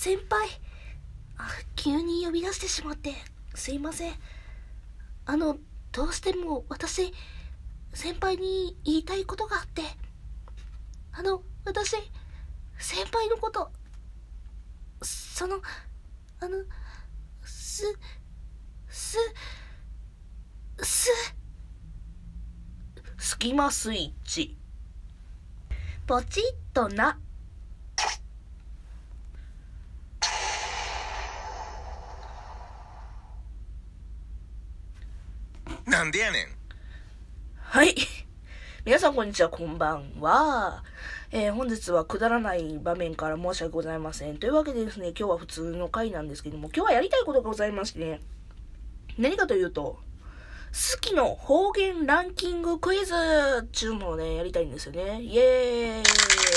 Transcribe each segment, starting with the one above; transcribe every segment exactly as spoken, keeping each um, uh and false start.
先輩、あ、急に呼び出してしまってすいません。あの、どうしても私、先輩に言いたいことがあって、あの、私、先輩のこと、その、あの、す、す、す、 スキマスイッチ。 ポチッとな。 なんでやねん。 はい。皆さんこんにちは、こんばんは。えー、本日はくだらない場面から申し訳ございません。というわけでですね、今日は普通の回なんですけども、今日はやりたいことがございましてね、何かというと、好きの方言ランキングクイズっていうのをね、やりたいんですよね。イエーイ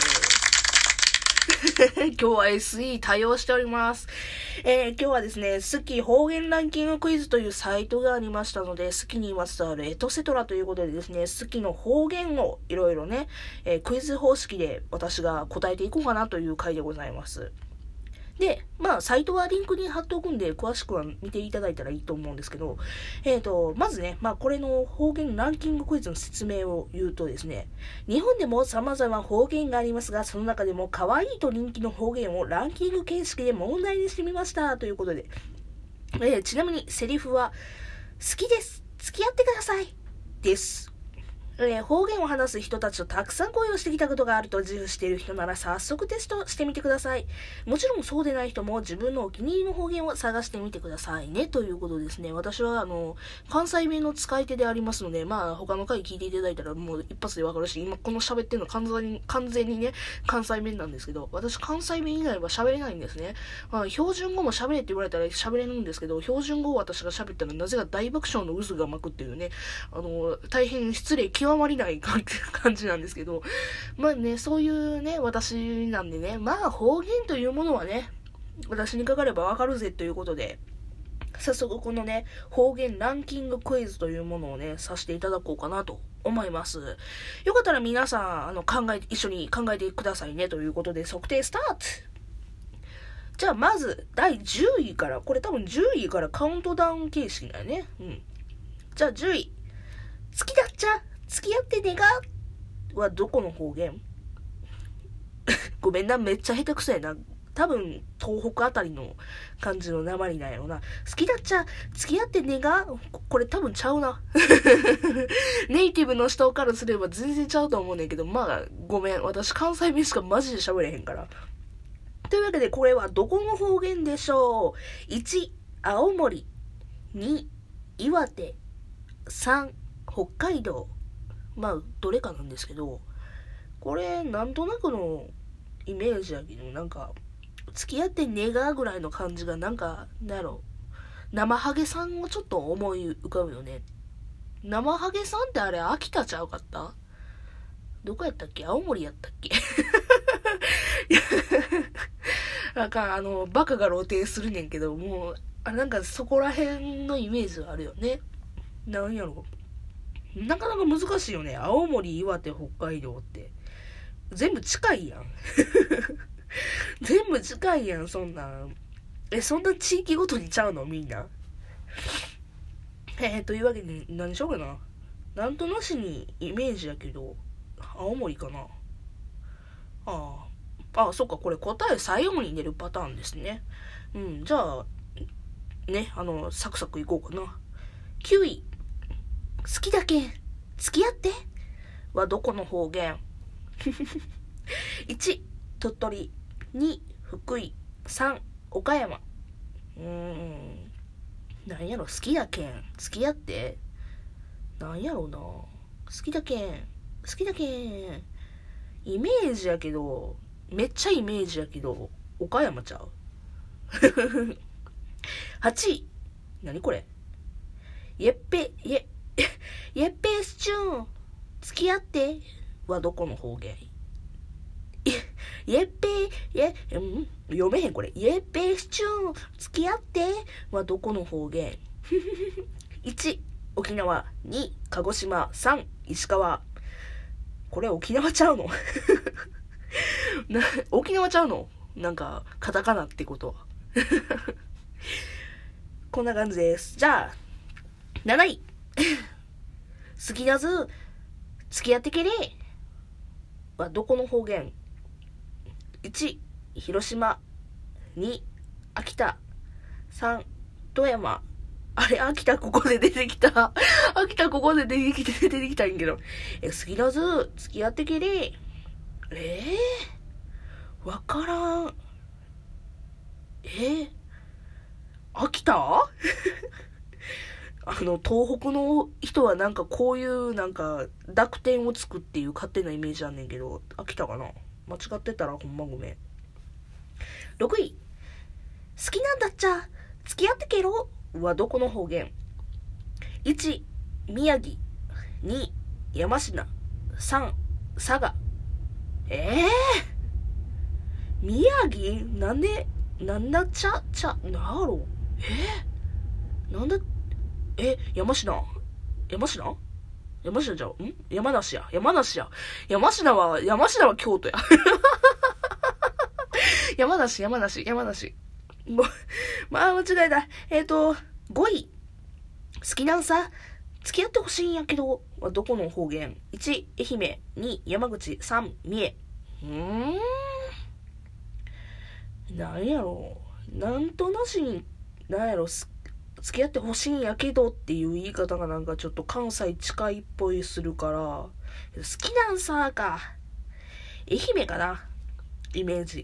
今日は エスイー 対応しております。えー、今日はですね、好き方言ランキングクイズというサイトがありましたので、好きにまつわるエトセトラということでですね、好きの方言をいろいろね、えー、クイズ方式で私が答えていこうかなという回でございます。で、まあ、サイトはリンクに貼っておくんで、詳しくは見ていただいたらいいと思うんですけど、えっと、まずね、まあ、これの方言ランキングクイズの説明を言うとですね、日本でも様々方言がありますが、その中でも可愛いと人気の方言をランキング形式で問題にしてみました。ということで、えー、ちなみにセリフは、好きです。付き合ってください。です。えー、方言を話す人たちとたくさん恋をしてきたことがあると自負している人なら早速テストしてみてください。もちろんそうでない人も自分のお気に入りの方言を探してみてくださいね。ということですね。私はあの関西弁の使い手でありますので、まあ他の回聞いていただいたらもう一発でわかるし、今この喋ってるの完全に完全にね関西弁なんですけど、私関西弁以外は喋れないんですね。まあ、標準語も喋れって言われたら喋れるんですけど、標準語を私が喋ったらなぜか大爆笑の渦が巻くっていうね、あの大変失礼極まりない感じなんですけど、まあね、そういうね、私なんでね、まあ方言というものはね、私にかかればわかるぜということで、早速このね、方言ランキングクイズというものをね、させていただこうかなと思います。よかったら皆さん、あの、考え、一緒に考えてくださいねということで、測定スタート。じゃあまず、だいじゅういから、これ多分じゅういからカウントダウン形式だよね。うん。じゃあじゅうい。好きだっちゃ付き合ってねがはどこの方言ごめんな、めっちゃ下手くそやな。多分、東北あたりの感じの訛りなんやろな。好きだっちゃ付き合ってねがこれ多分ちゃうな。ネイティブの人からすれば全然ちゃうと思うねんけど、まあ、ごめん。私関西弁しかマジで喋れへんから。というわけで、これはどこの方言でしょう？ いち、青森。に、岩手。さん、北海道。まあ、どれかなんですけど、これ、なんとなくのイメージやけど、なんか、付き合ってねがぐらいの感じが、なんか、なんやろ、生ハゲさんをちょっと思い浮かぶよね。生ハゲさんってあれ、秋田ちゃうかった？どこやったっけ？青森やったっけ？なんか、あの、バカが露呈するねんけど、もう、あなんかそこら辺のイメージがあるよね。なんやろ。なかなか難しいよね。青森、岩手、北海道って。全部近いやん。全部近いやん、そんなん。え、そんな地域ごとにちゃうのみんな。えー、というわけで、何しようかな。なんとなしにイメージやけど、青森かな。ああ。ああ、そっか、これ答え最後に出るパターンですね。うん、じゃあ、ね、あの、サクサクいこうかな。きゅうい。好きだけ付き合ってはどこの方言？いち、鳥取。に、福井。さん、岡山。うーん。なんやろ、好きだけん付き合ってなんやろな。好きだけん好きだけんイメージやけど、めっちゃイメージやけど、岡山ちゃう？はちい。なにこれ？yeっぺ、ye、yeっぺスチューン、付き合ってはどこの方言？yeっぺ、ye、うん読めへんこれ。yeっぺスチューン、付き合ってはどこの方言？いち、沖縄。に、鹿児島。さん、石川。これ沖縄ちゃうの？な沖縄ちゃうの？ なんか、カタカナってことは。こんな感じです。じゃあ、なない。好きなず、付き合ってけれはどこの方言？ いち、広島。に、秋田。さん、富山。あれ、秋田ここで出てきた。秋田ここで出てきて、出てきたんやけど。え、好きなず、付き合ってけれ。えー、わからん。えー、秋田あの、東北の人はなんかこういうなんか濁点をつくっていう勝手なイメージあんねんけど、秋田かな？間違ってたらほんまごめん。ろくい。好きなんだっちゃ、付き合ってけろはどこの方言？ いち、宮城。に、山科。さん、佐賀。えー、宮城なんで、なんだっちゃ、ちゃ、なんやろえー、なんだ、え、山科山科山科じゃんん山梨や。山梨や。山科は、山科は京都や。山梨、山梨、山梨。ご、まあ、間違えた。えっと、ごい。好きなんさ、付き合ってほしいんやけど、はどこの方言？ いち、愛媛。に、山口。さん、三重。うーん。なんやろう。なんとなしに、なんやろ、付き合ってほしいんやけどっていう言い方がなんかちょっと関西近いっぽいするから、好きなんさか。愛媛かな。イメージ。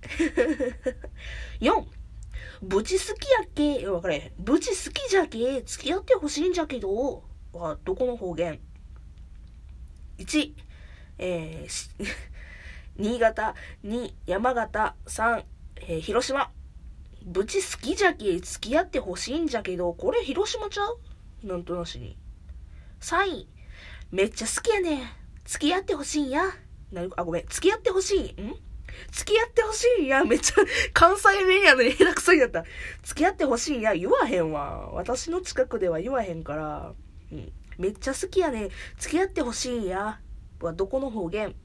よん、ブチ好きやっけ、わかれ。ブチ好きじゃけ、付き合ってほしいんじゃけど、は、どこの方言？ いち、えー、新潟。に、山形。さん、えー、広島。ブチ好きじゃけ、付き合ってほしいんじゃけど、これ広島ちゃう？なんとなしに。さんい、めっちゃ好きやねん。付き合ってほしいんや。なる、あ、ごめん。付き合ってほしい。ん付き合ってほしいんや。めっちゃ、関西弁やのに下手くそになった。付き合ってほしいんや。言わへんわ。私の近くでは言わへんから。うん。めっちゃ好きやねん。付き合ってほしいんや。はどこの方言？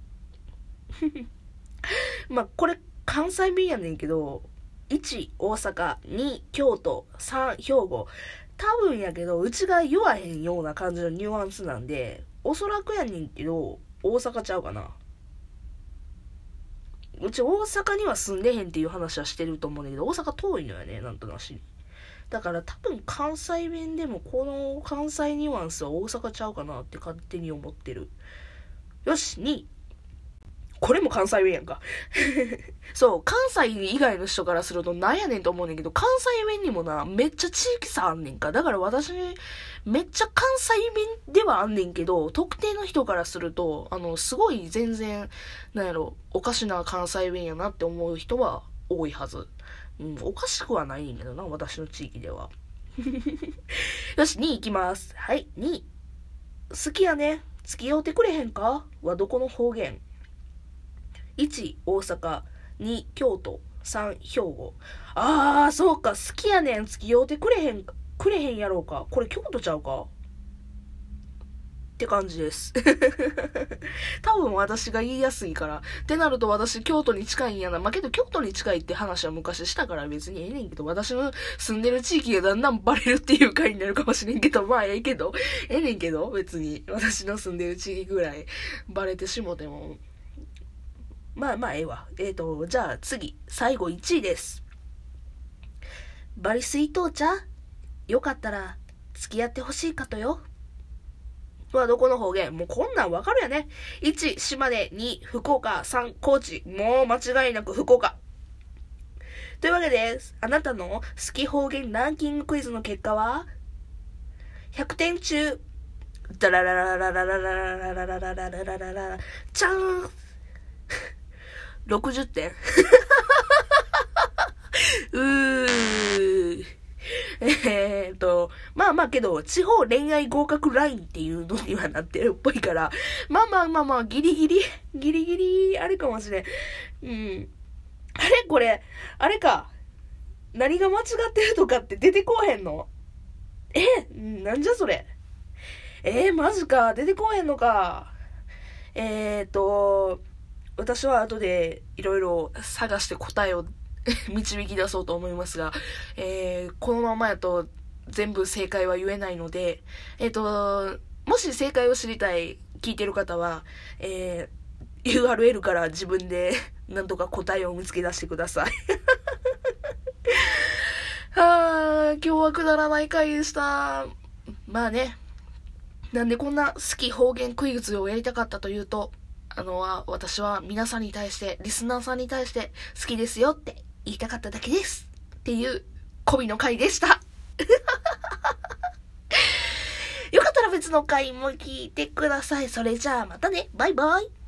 まあ、これ関西弁やねんけど、いち、大阪。に、京都。さん、兵庫。多分やけど、うちが言わへんような感じのニュアンスなんで、おそらくやねんけど、大阪ちゃうかな。うち大阪には住んでへんっていう話はしてると思うんだけど、大阪遠いのよね、なんとなしに。だから多分関西弁でもこの関西ニュアンスは大阪ちゃうかなって勝手に思ってる。よし、に。これも関西弁やんか。そう、関西以外の人からするとなんやねんと思うねんけど、関西弁にもな、めっちゃ地域差あんねんか。だから私、めっちゃ関西弁ではあんねんけど、特定の人からすると、あの、すごい全然、なんやろ、おかしな関西弁やなって思う人は多いはず。うん、おかしくはないねんけどな、私の地域では。よし、にいきます。はい、に。好きやね。付き合うてくれへんかはどこの方言？いち、大阪。に、京都。さん、兵庫。あー、そうか。好きやねん。付き合うてくれへん、くれへんやろうか。これ京都ちゃうかって感じです。多分私が言いやすいから。ってなると私京都に近いんやな。まあ、けど京都に近いって話は昔したから別にええねんけど、私の住んでる地域がだんだんバレるっていう回になるかもしれんけど、まあええけど、ええねんけど、別に私の住んでる地域ぐらいバレてしもても。まあまあええわ。えーと、じゃあ次、最後いちいです。バリスイトーチャよかったら付き合ってほしいかとよ。はどこの方言？もうこんなんわかるよね。いち、島根。に、福岡。さん、高知。もう間違いなく福岡。というわけで、あなたの好き方言ランキングクイズの結果はひゃくてん中、ダララララララララララララララララララちゃーんろくじゅってん。うー。えーと、まあまあけど、地方恋愛合格ラインっていうのにはなってるっぽいから、まあまあまあまあ、ギリギリ、ギリギリ、あれかもしれん。うん。あれこれ、あれか。何が間違ってるとかって出てこへんの？えなんじゃそれ。えー、マジか。出てこへんのか。えーと、 私は後でいろいろ探して答えを導き出そうと思いますが、えー、このままやと全部正解は言えないので、えっと、もし正解を知りたい聞いてる方は、えー、ユーアールエル から自分でなんとか答えを見つけ出してください。あー、今日はくだらない回でした。まあね、なんでこんな好き方言クイズをやりたかったというと、あの、私は皆さんに対して、リスナーさんに対して好きですよって言いたかっただけです。っていう媚びの回でした。よかったら別の回も聞いてください。それじゃあまたね。バイバイ。